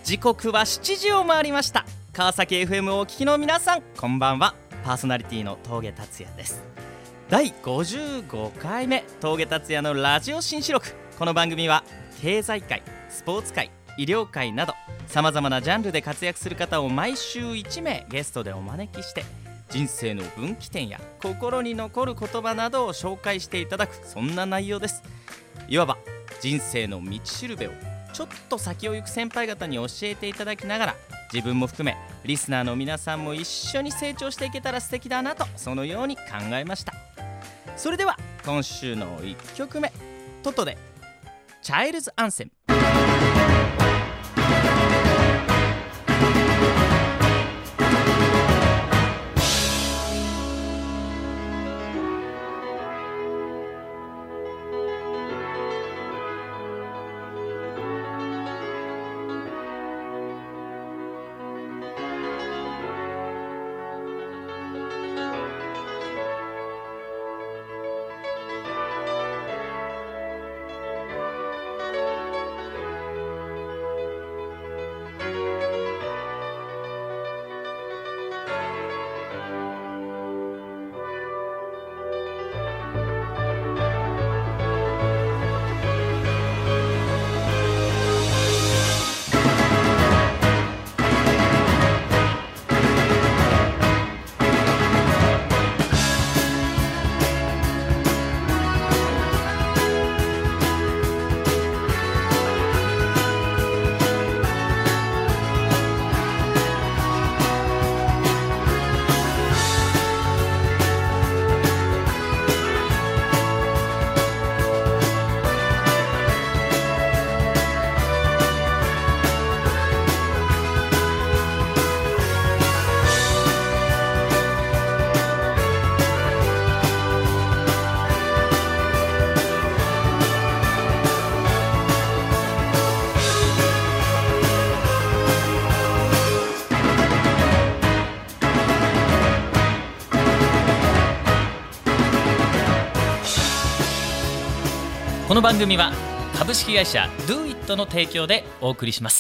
時刻は7時を回りました。川崎 FM をお聞きの皆さん、こんばんは。パーソナリティの峠達也です。第55回目峠達也のラジオ新四録。この番組は経済界、スポーツ界、医療界などさまざまなジャンルで活躍する方を毎週1名ゲストでお招きして、人生の分岐点や心に残る言葉などを紹介していただく、そんな内容です。いわば人生の道しるべをちょっと先を行く先輩方に教えていただきながら、自分も含めリスナーの皆さんも一緒に成長していけたら素敵だなと、そのように考えました。それでは今週の1曲目、トトでチャイルズアンセム。この番組は株式会社 Do-It の提供でお送りします。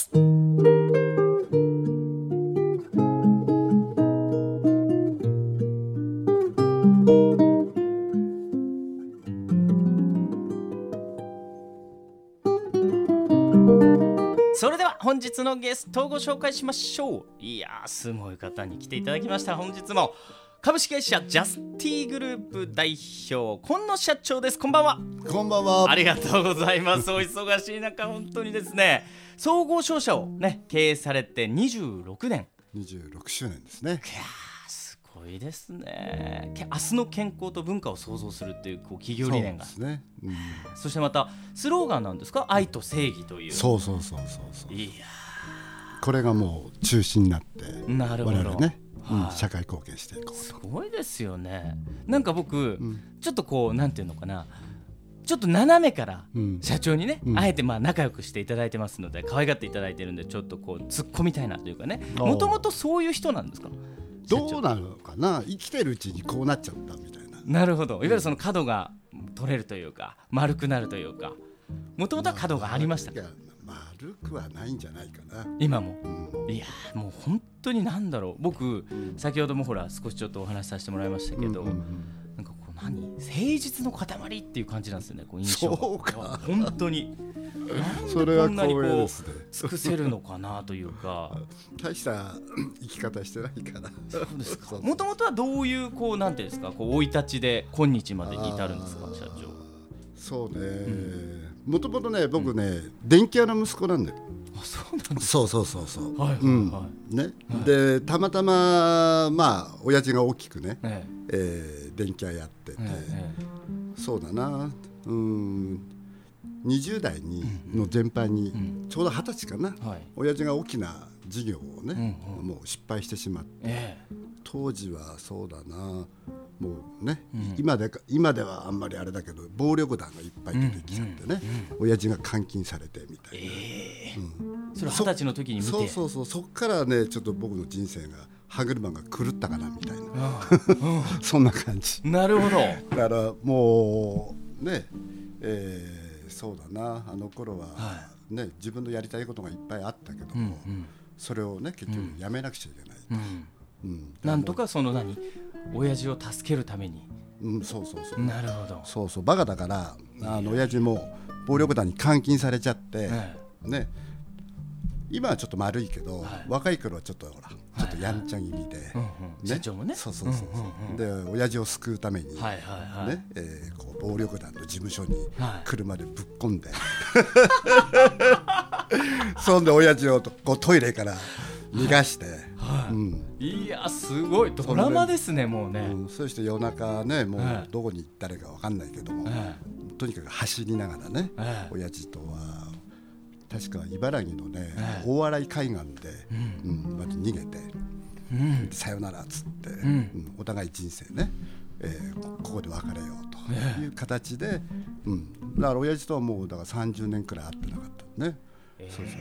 それでは本日のゲストをご紹介しましょう。いやー、すごい方に来ていただきました。本日も株式会社ジャスティグループ代表今野社長です。こんばんは。 こんばんは。 ありがとうございます。お忙しい中本当にですね、総合商社をね経営されて26年 26周年ですね。 いやー、すごいですね。明日の健康と文化を創造するっていう、企業理念が。 そうですね、 そしてまたスローガンなんですか、愛と正義という。 そう。 いやこれがもう中心になって、 なるほど我々ね、社会貢献していこうと。 すごいですよね。なんか僕、ちょっとなんていうのかな、ちょっと斜めから社長にね、あえて仲良くしていただいてますので、可愛がっていただいてるんで、ちょっと突っ込みたいなというかね。もともとそういう人なんですか？ どうなのかな、生きてるうちにこうなっちゃったみたいな。 なるほど。いわゆるその角が取れるというか丸くなるというか、もともとは角がありましたか？ 丸くはないんじゃないかな今も。いやもう本当になんだろう、僕、先ほどもほら少しちょっとお話しさせてもらいましたけど、なんか誠実の塊っていう感じなんですよね、印象が。 そうか、 本当にそれは光栄ですね。 尽くせるのかなというか大した生き方してないから。 そうですか。もともとはどういうなんていうんですか、生い立ちで今日までに至るんですか、社長。 そうね、もともとね、僕ね、電気屋の息子なんだよ。 あ、そうなんですか。そうね。でたまたま親父が大きくね、電気屋やってて、そうだな、20代の全般に、ちょうど20歳かな、親父が大きな事業をね、もう失敗してしまって、当時はそうだな、もうね、今ではあんまりあれだけど暴力団がいっぱい出てきちゃってね、親父が監禁されてみたいな、 それ20歳の時に見て、 そっからね、ちょっと僕の人生が歯車が狂ったかなみたいな、そんな感じ。 なるほど。 だからもうね、そうだな、あの頃は、 ね、自分のやりたいことがいっぱいあったけども、それをね結局やめなくちゃいけないと、 なんとかその親父を助けるために、 そうそうそう、 なるほど、 そうそう、バカだから親父も暴力団に監禁されちゃって、ね、今はちょっと丸いけど、若い頃はちょっとほらちょっとやんちゃ気味で、 社長もね、 そうそうそう、で親父を救うためにね、こう暴力団の事務所に車でぶっ込んで、そんで親父をこうトイレから逃がして、 いやすごいドラマですね、もうね、 そうして夜中ね、もうどこに行ったらいいか分かんないけども、とにかく走りながらね、親父とは確か茨城のね、大洗海岸で、まず逃げて、さよならっつって、お互い人生ね、ここで別れようという形で、だから親父とはもうだから30年くらい会ってなかったね。そうそう、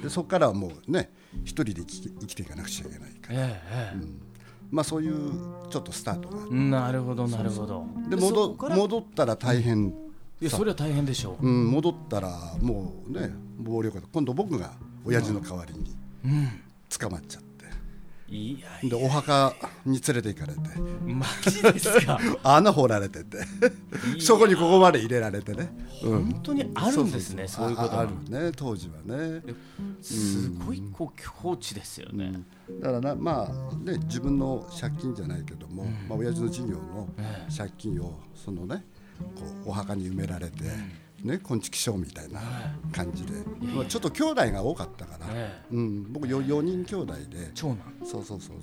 でそこからはもうね一人で生きていかなくちゃいけないから、まあそういうちょっとスタートが、 なるほどなるほど。 で戻ったら大変、 いやそれは大変でしょう、 戻ったらもうね暴力だ、今度僕が親父の代わりに捕まっちゃって、でお墓に連れて行かれて、 マジですか穴掘られててそこにここまで入れられてね、 本当にあるんですね、そういうことがあるね、当時はね、 すごいこう境地ですよね、 だからまあね、自分の借金じゃないけども、親父の事業の借金をそのねこうお墓に埋められて、昆虫ショーみたいな感じで、ちょっと兄弟が多かったから、僕4人兄弟で、 長男、 そうそうそう、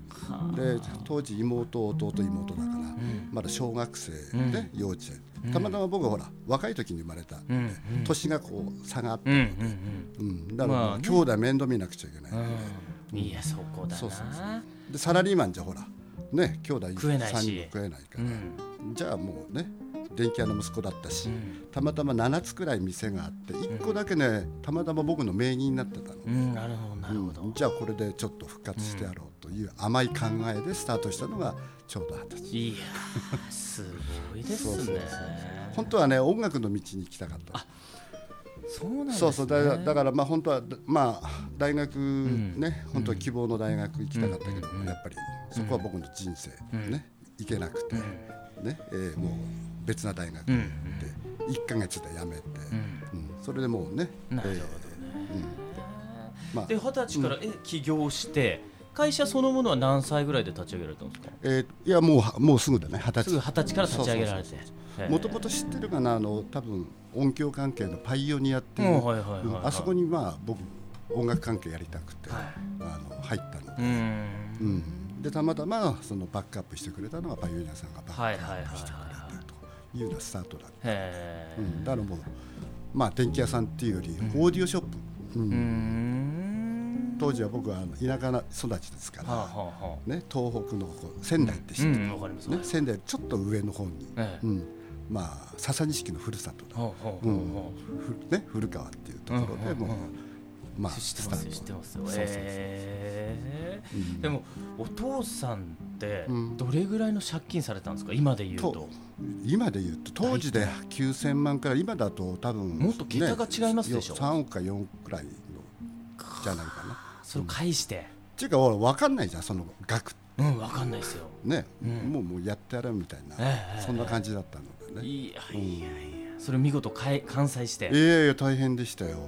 で当時妹だから、まだ小学生で幼稚園、たまたま僕はほら若い時に生まれたんで、年がこう差があったので、だから兄弟面倒見なくちゃいけないので、 いやそこだな、 でサラリーマンじゃほらね兄弟食えないし、 3人も食えないから、じゃあもうね電気屋の息子だったし、たまたま7つくらい店があって、1個だけねたまたま僕の名義になってたの、 なるほどなるほど、 じゃあこれでちょっと復活してやろうという甘い考えでスタートしたのがちょうど20歳。 いやすごいですね。 本当はね音楽の道に行きたかった。 そうなんですね。 そうそう、だからまあ本当はまあ大学ね、本当は希望の大学行きたかったけど、やっぱりそこは僕の人生ね行けなくてね、もう別な大学で1ヶ月で辞めて、それでもうね、 なるほどね、で20歳から起業して会社そのものは何歳ぐらいで立ち上げられたんですか？ いやもうすぐだね、20歳から立ち上げられて、 もともと知ってるかな、多分音響関係のパイオニアっていう、あそこにまあ僕音楽関係やりたくて、入ったので、でたまたまそのバックアップしてくれたのがパイオニアさんがバックアップしてくれたというようなスタートだった。だからもうまあ電気屋さんっていうよりオーディオショップ、当時は僕は田舎育ちですから、ね、東北の仙台って知ってる、仙台ちょっと上の方に、まあ笹錦のふるさとだ、古川っていうところでもうまあ知ってますよ。でもお父さんってどれぐらいの借金されたんですか？今で言うと当時で9000万から、今だと多分もっと桁が違いますでしょ。 3億か4億くらいのじゃないかな。 それを返してっていうか分かんないじゃんその額、 分かんないですよね、もうやってやるみたいな、そんな感じだったのでね。 いやそれ見事完済して。 いや大変でしたよ。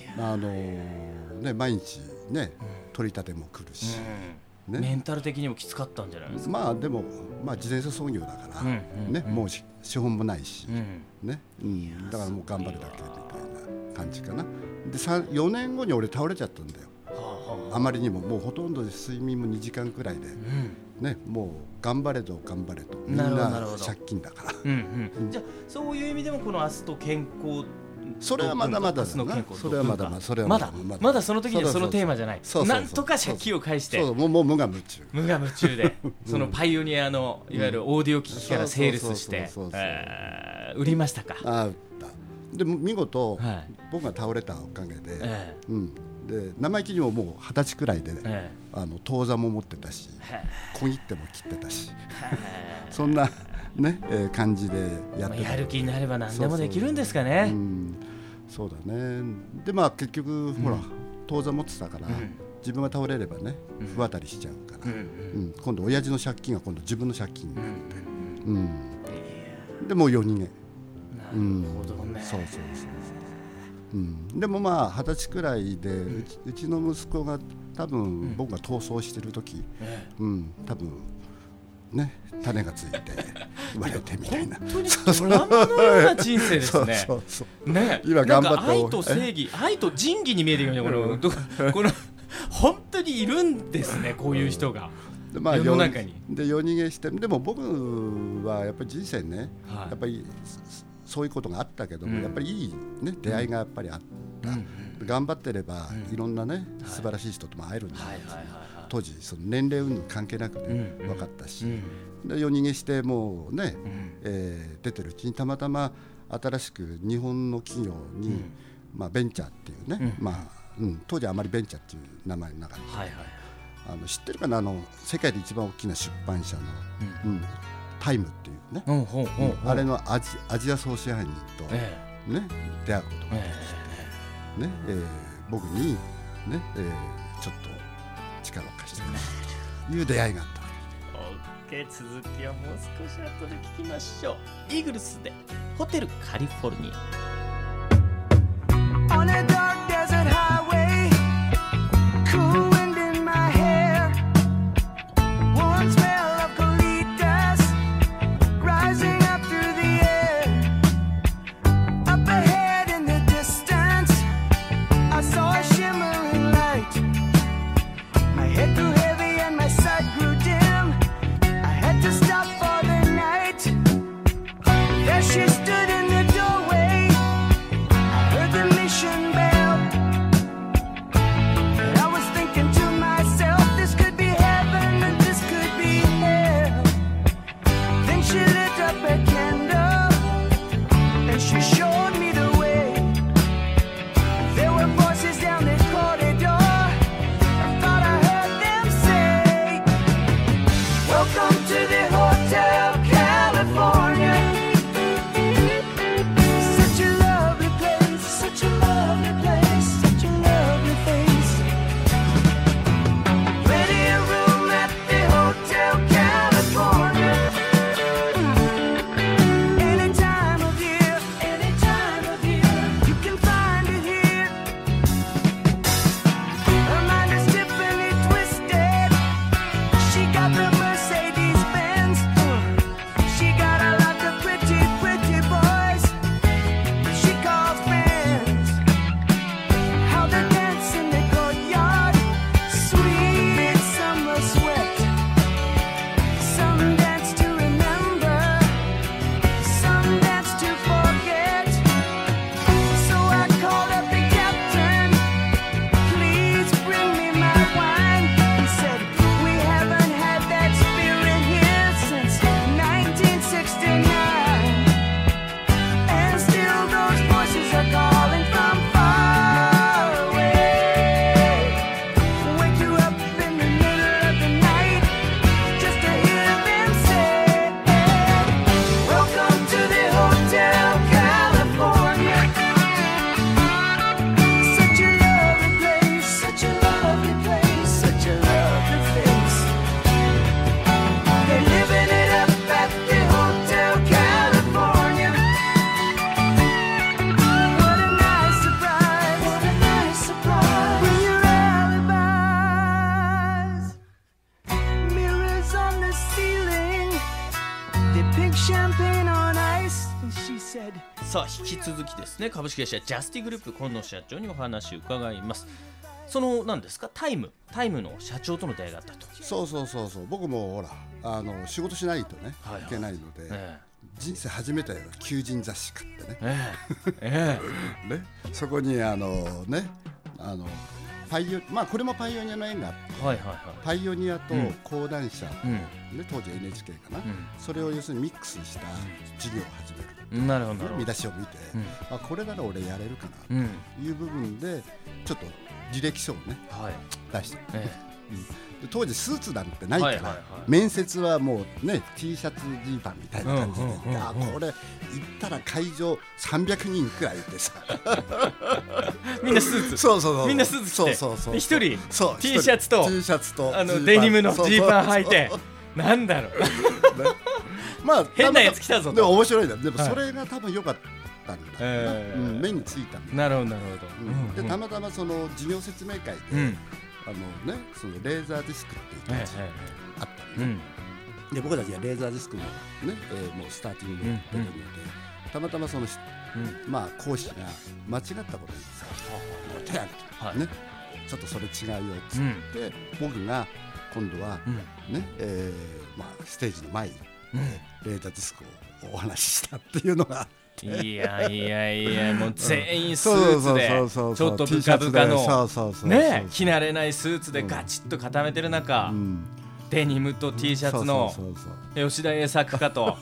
毎日ね取り立ても来るし、 メンタル的にもきつかったんじゃないですか？ まあでも自転車操業だからね、もう資本もないしね、だからもう頑張るだけみたいな感じかな。で4年後に俺倒れちゃったんだよ。あまりにももうほとんど睡眠も2時間くらいで、もう頑張れとみんな借金だから。 じゃあそういう意味でもこの明日と健康、 それはまだまだだな。それはまだその時にはそのテーマじゃない。なんとか借金を返して、 もう無我夢中でそのパイオニアのいわゆるオーディオ機器からセールスして売りましたか？ 売った。で見事僕が倒れたおかげで、で生意気にももう20歳くらいで、当座も持ってたし、小切手も切ってたし、そんなね、感じでやってた。 やる気になれば何でもできるんですかね。 そうだね。でまあ結局、ほら当座持ってたから、自分が倒れればね不渡りしちゃうから、今度親父の借金が今度自分の借金になって、でもう夜逃げ。 なるほどね。 そう。でもまあ20歳くらいで、うちの息子が多分僕が逃走してる時、多分ね種がついて生まれてみたいな。 本当にドラマのような人生ですね。ね、 今頑張って愛と正義、愛と仁義に見えてきました。この本当にいるんですね、こういう人が。 まあ、 世の中にで夜逃げして、でも僕はやっぱり人生ね、やっぱりそういうことがあったけども、やっぱりいい、ね、出会いがやっぱりあった、頑張ってればいろんなね、素晴らしい人とも会えるんだ、当時その年齢云々関係なくね、分かったし、で夜逃げしてもうね、出てるうちにたまたま新しく日本の企業に、ベンチャーっていうね、当時あまりベンチャーっていう名前の中で、知ってるかな、世界で一番大きな出版社の、タイムっていうね、あれのアジア総支配人と、ね、出会うことができて、僕に、ねちょっと力を貸してくれという出会いがあったわけです。続きはもう少し後で聞きましょう。イーグルスでホテルカリフォルニア。On a dark desert highway, cool wind in my hair, warm smell of colitas rising up through the air. Up ahead in the distance, I saw a shimmering light. My head grew heavy and my sight grew dim. I had to stop for the night. There she stood in the doorway. I heard the mission bell, and I was thinking to myself, this could be heaven and this could be hell. Then she lit up a candle and she showed me the way. There were voices down the corridor. I thought I heard them say, welcome to the Hotel California. Such a lovely place, such a lovely place, such a lovely face. Plenty of room at the Hotel California. Any time of year, you can find it here. Her mind is Tiffany twisted. She got the Mercedes Benz. She got a lot of pretty, pretty boys she calls friends. How they dance in the courtyard, sweet summer sweat. Some dance to remember, some dance to forget. So I called up the captain, please bring me my wine. He said, we haven't had that spirit here since 1969. And still those voices are calling from far away. Wake you up in the middle of the night just to hear them say, welcome to the Hotel California. Such a lovely place, such a lovely place, such a lovely face. They're living it up at the Hotel California. What a nice surprise, what a nice surprise. Bring your alibis. Mirrors on the ceiling, they pink champagne on ice. And she said, さあ引き続きですね、株式会社ジャスティグループ今野社長にお話を伺います。その何ですか、タイムの社長との出会いがあったと。 そう僕もほら仕事しないとね、いけないので、人生初めて求人雑誌買ってね、ね、そこにこれもパイオニアの縁があって、パイオニアと講談社、当時 NHK かな、それを要するにミックスした事業を始める。 なるほど。 見出しを見て、これなら俺やれるかなという部分でちょっと履歴書をね、出して、 で当時スーツなんてないから、面接はもうね T シャツジーパンみたいな感じで、これ行ったら会場300人くらいいてさみんなスーツ、 そうみんなスーツ着て、一人 T シャツとデニムのジーパン履いて、なんだろうまあ変なやつ来たぞと。 でも面白いんだ。でもそれが多分良かったんだよな、目についたんだ。 なるほどなるほど。 でたまたまその事業説明会でそのレーザーディスクっていう感じあったのね。で僕たちはレーザーディスクのねもうスターティングで出てるので、たまたまそのまあ講師が間違ったことにさ手挙げてね、ちょっとそれ違うよっつって僕が今度はねまあステージの前にレーザーディスクをお話ししたっていうのが、 いやもう全員スーツでちょっとブカブカのね着慣れないスーツでガチッと固めてる中、デニムと T シャツの吉田栄作かと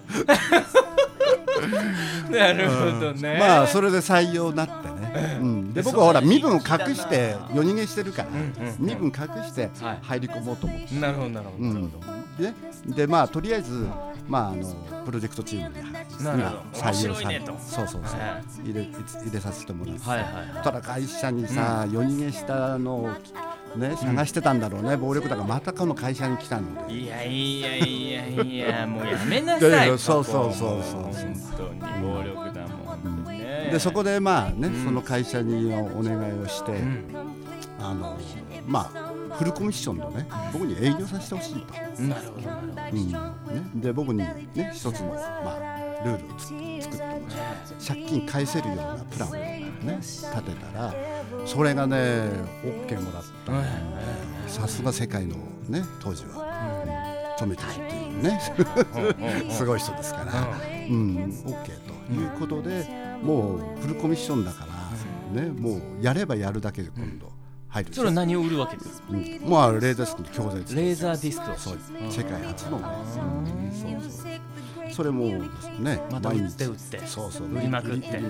なるほどね。 まあそれで採用になってね、で僕はほら身分を隠して夜逃げしてるから身分隠して入り込もうと思って、 なるほどなるほど。 でまあとりあえずまあプロジェクトチームに採用されて、入れさせてもらって、ただ会社にさ夜逃げしたのをね探してたんだろうね、暴力団がまたこの会社に来たので、 いやもうやめなさい。 そう本当に暴力団もでそこでまあねその会社にお願いをしてまあフルコミッションのね僕に営業させてほしいと。 なるほど。 で僕にね一つのまあルールを作ってもらって借金返せるようなプランをね立てたら、それがね OK もらった。さすが世界のね当時は止めてるっていうねすごい人ですから、OK ということで、もうフルコミッションだからね、もうやればやるだけで今度入る。 それは何を売るわけですか？ まあレーザーディスクの教材です。 レーザーディスクを。 そう世界初のね。それもねまた売って売りまくってね。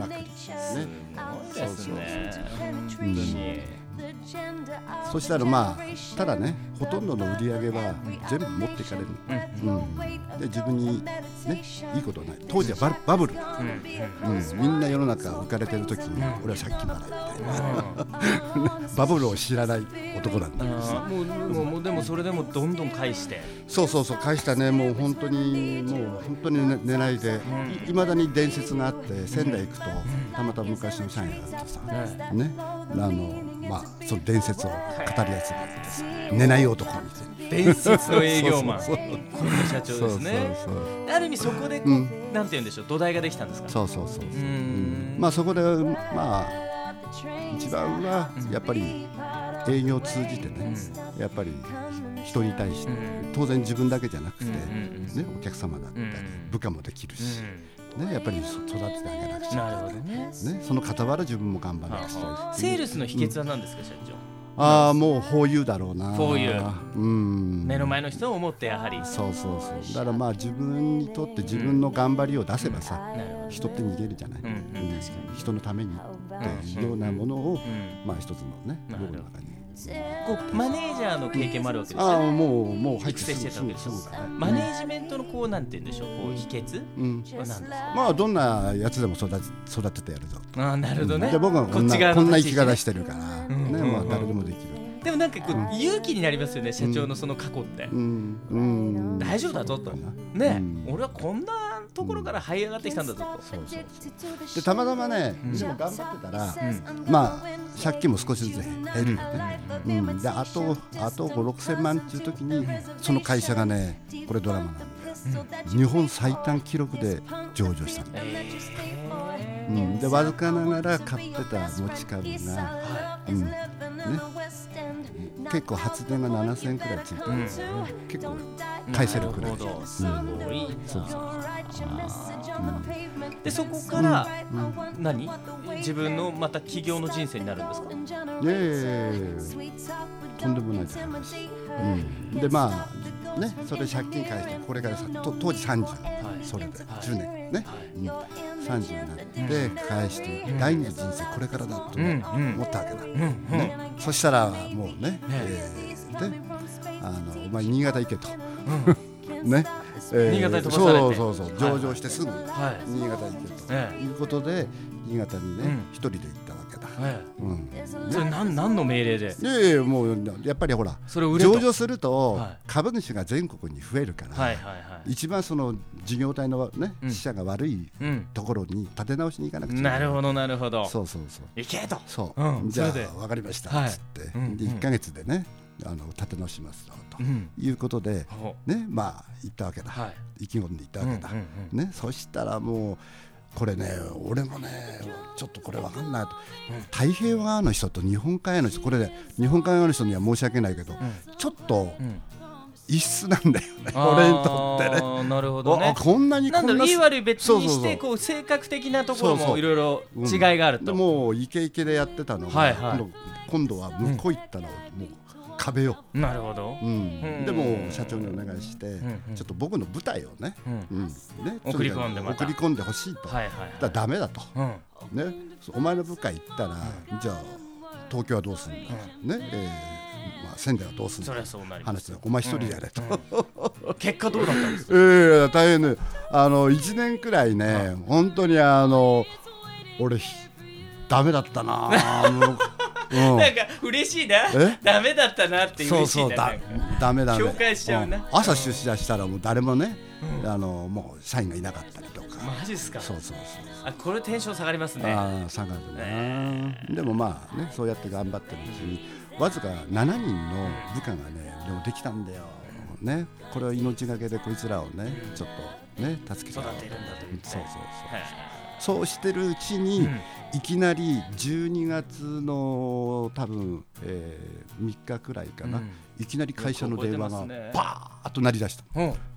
そしたらまあただねほとんどの売り上げは全部持っていかれる、で自分にねいいことはない。当時はバブル、みんな世の中浮かれてる時に俺は借金払いみたいなバブルを知らない男なんだけどさ、 もうでもそれでもどんどん返して、 そう返したね。もう本当に寝ないで、いまだに伝説があって、仙台行くとたまたま昔の社員があってさ、ねまあその伝説を語るやつがいてさ、寝ない男みたいな伝説の営業マンこの社長ですね。ある意味そこでなんて言うんでしょう、土台ができたんですか？ そうまあそこでまあ一番はやっぱり営業を通じてね、やっぱり人に対して当然自分だけじゃなくてね、お客様だったり部下もできるしね、やっぱり育ててあげなくちゃ。 なるほどね。 その傍ら自分も頑張らなくちゃ。 セールスの秘訣は何ですか、社長？ もうフォーユーだろうな。 フォーユー。目の前の人を思ってやはり。そうだからまあ自分にとって自分の頑張りを出せばさ、人って逃げるじゃない。人のためにっていうようなものをまあ一つのね僕の中に。 マネージャーの経験もあるわけですよね。 もう育成してたわけですよ。マネージメントのこうなんて言うんでしょう、こう秘訣は何ですか？ まあどんなやつでも育ててやるぞ。 なるほどね。 で僕はこんな生き方してるからね、まあ誰でもできる。 でもなんかこう勇気になりますよね、社長のその過去って。大丈夫だぞとね、俺はこんなところから這い上がってきたんだぞと。 でたまたまね、でも頑張ってたらまあ借金も少しずつ減るよね。であと5、6千万っていう時にその会社がね、これドラマなんだよ、日本最短記録で上場したんだよ。でわずかながら買ってた持ち株が結構発電が7000円くらいついてる、結構返せるくらい。 すごい。でそこから自分のまた起業の人生になるんですか？ とんでもない話。でまあね、それ借金返してこれから当時30、それで10年ね、30になって返して第二の人生これからだと思ったわけだ。そしたらもうね、 お前新潟行けと、ね、 新潟に飛ばされて、 そう上場してすぐ新潟行けということで、新潟にね一人で行ったわけだ。 それ何の命令で？ いやもうやっぱりほら上場すると株主が全国に増えるから、一番その事業体のね死者が悪いところに立て直しに行かなくちゃいけない。 なるほどなるほど。 そう行けと。 じゃあ分かりましたっつってで1ヶ月でね立て直しますということでね、まあ行ったわけだ。意気込んで行ったわけだね。そしたらもうこれね、俺もねちょっとこれ分かんないと、太平洋側の人と日本海側の人、これね日本海側の人には申し訳ないけど、ちょっと異質なんだよね、俺にとってね。 なるほどね。 こんなになんだろう、いい悪い別にしてこう性格的なところもいろいろ違いがあると。 でもうイケイケでやってたのが、今度は向こう行ったのもう壁よ。 なるほど。 でも社長にお願いして、ちょっと僕の舞台をね送り込んでほしいと。だからダメだと、ね、お前の部下行ったら、じゃあ東京はどうするんだ、仙台はどうするんだ話で、お前一人でやれと。 結果どうだったんですか？ 大変ね。1年くらいね、本当に俺ダメだったな。 なんか嬉しいな、ダメだったなって嬉しいな。 ダメ紹介しちゃうな。 朝出社したらもう誰もね、もう社員がいなかったりとか。 マジっすか？ そう。 これテンション下がりますね。 下がるね。でもまあね、そうやって頑張ってるうちにわずか7人の部下がねでもできたんだよね。これは命がけでこいつらをねちょっとね助けて育てるんだという。 そうしてるうちに、いきなり12月の多分、3日くらいかな、いきなり会社の電話がバーッと鳴り出した。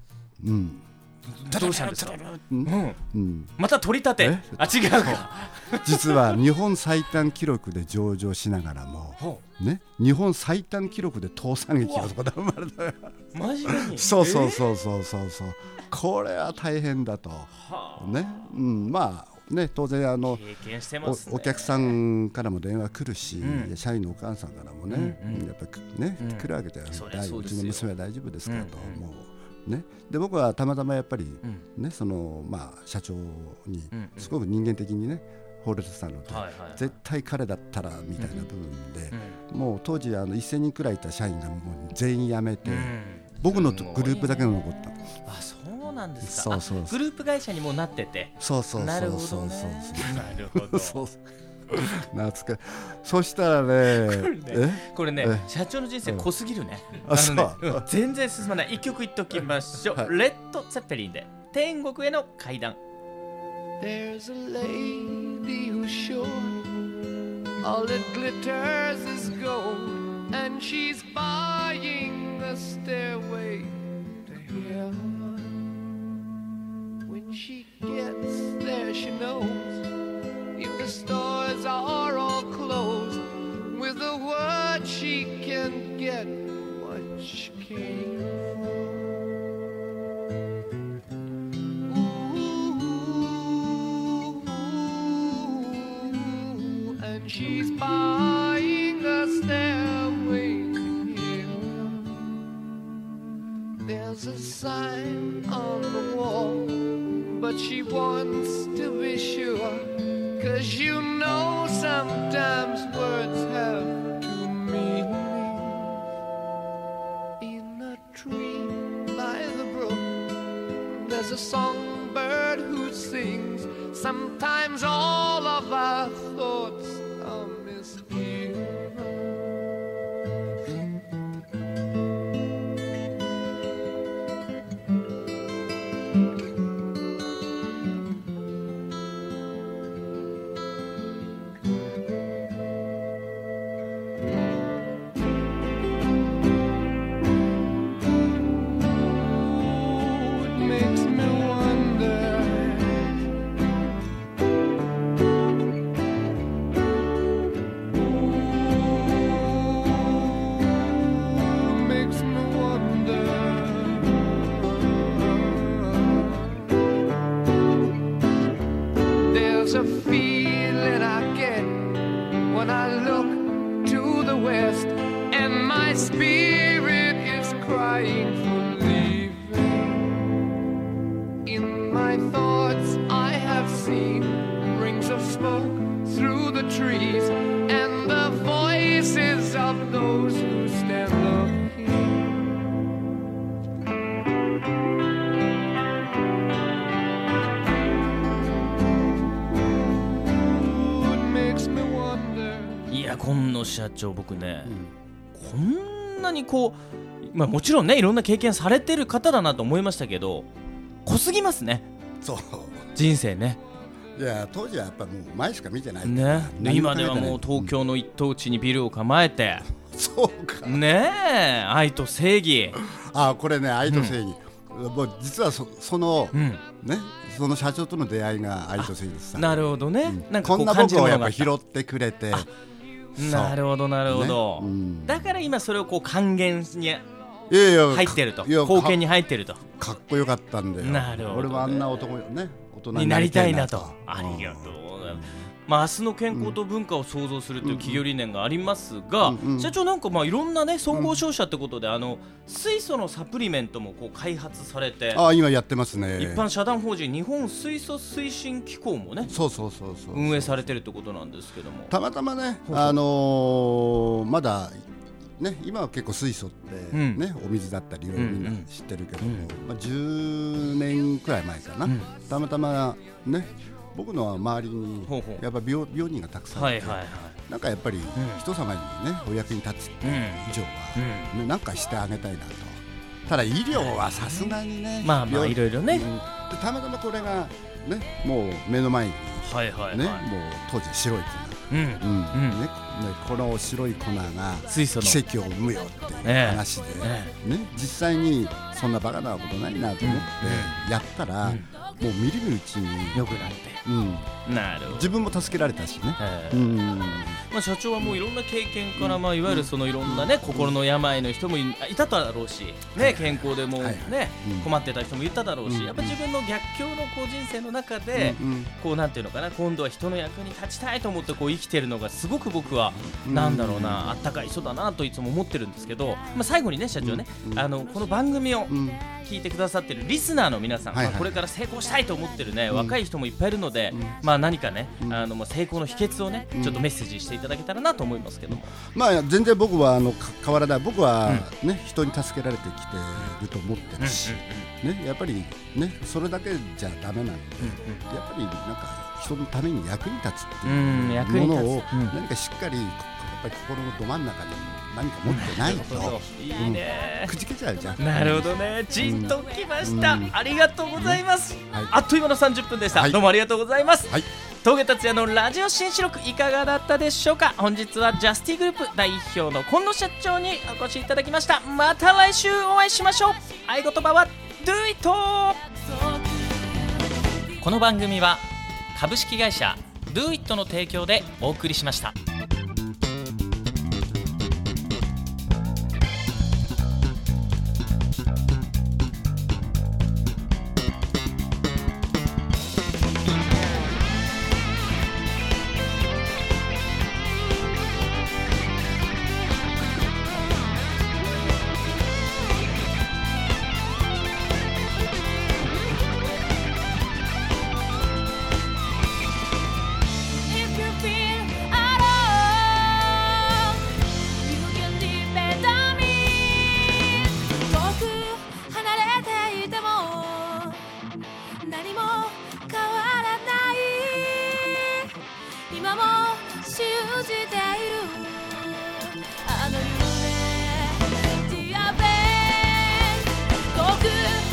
どうしたんですか？また取り立て？違うか。 実は日本最短記録で上場しながらもね、日本最短記録で倒産劇がそこで生まれた。 マジに？ そう。これは大変だとね。まあね、当然お客さんからも電話来るし、社員のお母さんからもね、やっぱりね来るわけじゃない。うちの娘は大丈夫ですかと。もうね、で僕はたまたまやっぱりね、その社長にすごく人間的にね惚れてたので、絶対彼だったらみたいな部分で、もう当時1000人くらいいた社員がもう全員辞めて、僕のグループだけが残った。 そうなんですか。グループ会社にもなってて。なるほどね。なるほど。 懐かそしたらね、 これね社長の人生濃すぎるね。全然進まない。一曲言っときましょう。レッド・ツェッペリンで天国への階段。 There's a lady who's sure all that glitters is gold, and she's buying a stairway to heaven. When she gets there, she knows if the stores are all closed, with a word she can get what she came for. Ooh, and she's buying a stairway to heaven. There's a sign on the wall, but she wants to be sure, 'cause you know sometimes words have two meanings. In a tree by the brook, there's a songbird who sings. Sometimes all of our thoughts are misgiven. through the trees and the voices of those who stand looking. いや今野社長僕ね、こんなにこう、もちろんねいろんな経験されてる方だなと思いましたけど、濃すぎますね。 そう人生ね。 いや当時はやっぱもう前しか見てないね。で今ではもう東京の一等地にビルを構えて、 そうかねえ、愛と正義。 これね愛と正義、もう実はその、ねその社長との出会いが愛と正義でさ。 なるほどね、なんかこんな僕をやっぱ拾ってくれて、 なるほどなるほど、 ねだから今それをこう還元に入ってると、 いや貢献に入ってると。 かっこよかったんだよ。 なるほどね、 俺もあんな男ね大人になりたいなと。ありがとう。明日の健康と文化を創造するという企業理念がありますが、社長なんかいろんなね総合商社ってことで、水素のサプリメントもこう開発されて、 今やってますね。 一般社団法人日本水素推進機構もね運営されてるってことなんですけども、 たまたまねまだね、今は結構水素ってね、お水だったりいろいろみんな知ってるけども、10年くらい前かな、たまたまね僕の周りにやっぱ病人がたくさんいて、なんかやっぱり人様にねお役に立つっていう以上はなんかしてあげたいなと。ただ医療はさすがにね、 いろいろね、 でたまたまこれがねもう目の前にねもう当時白い粉、この白い粉が奇跡を生むよっていう話で、実際にそんなバカなことないなと思ってやったら、もうみるみるうちに良くなって、なるほど。 自分も助けられたしね。 社長はもういろんな経験から、いわゆるそのいろんなね心の病の人もいただろうし、ね健康でもね困ってた人もいただろうし、やっぱ自分の逆境のこう人生の中でこうなんていうのかな、今度は人の役に立ちたいと思ってこう生きてるのがすごく僕はなんだろうな、あったかい人だなといつも思ってるんですけど、最後にね社長ね、この番組を聞いてくださってるリスナーの皆さん、これから成功したいと思ってるね若い人もいっぱいいるので、何かね成功の秘訣をねちょっとメッセージしていただけたらなと思いますけども。 全然僕は変わらない。僕はね人に助けられてきてると思ってるし、やっぱりねそれだけじゃダメなんで、やっぱりなんか人のために役に立つっていうものを何かしっかりやっぱり心のど真ん中に何か持ってないといいね、 くじけちゃうじゃん。 なるほどね、じっときました、ありがとうございます、あっという間の30分でした、どうもありがとうございます。峠達也のラジオ新四六いかがだったでしょうか。本日はジャスティグループ代表の今野社長にお越しいただきました。また来週お会いしましょう。合言葉は Do it。 この番組は株式会社 Do it の提供でお送りしました。あの夢 Dear Ben 遠く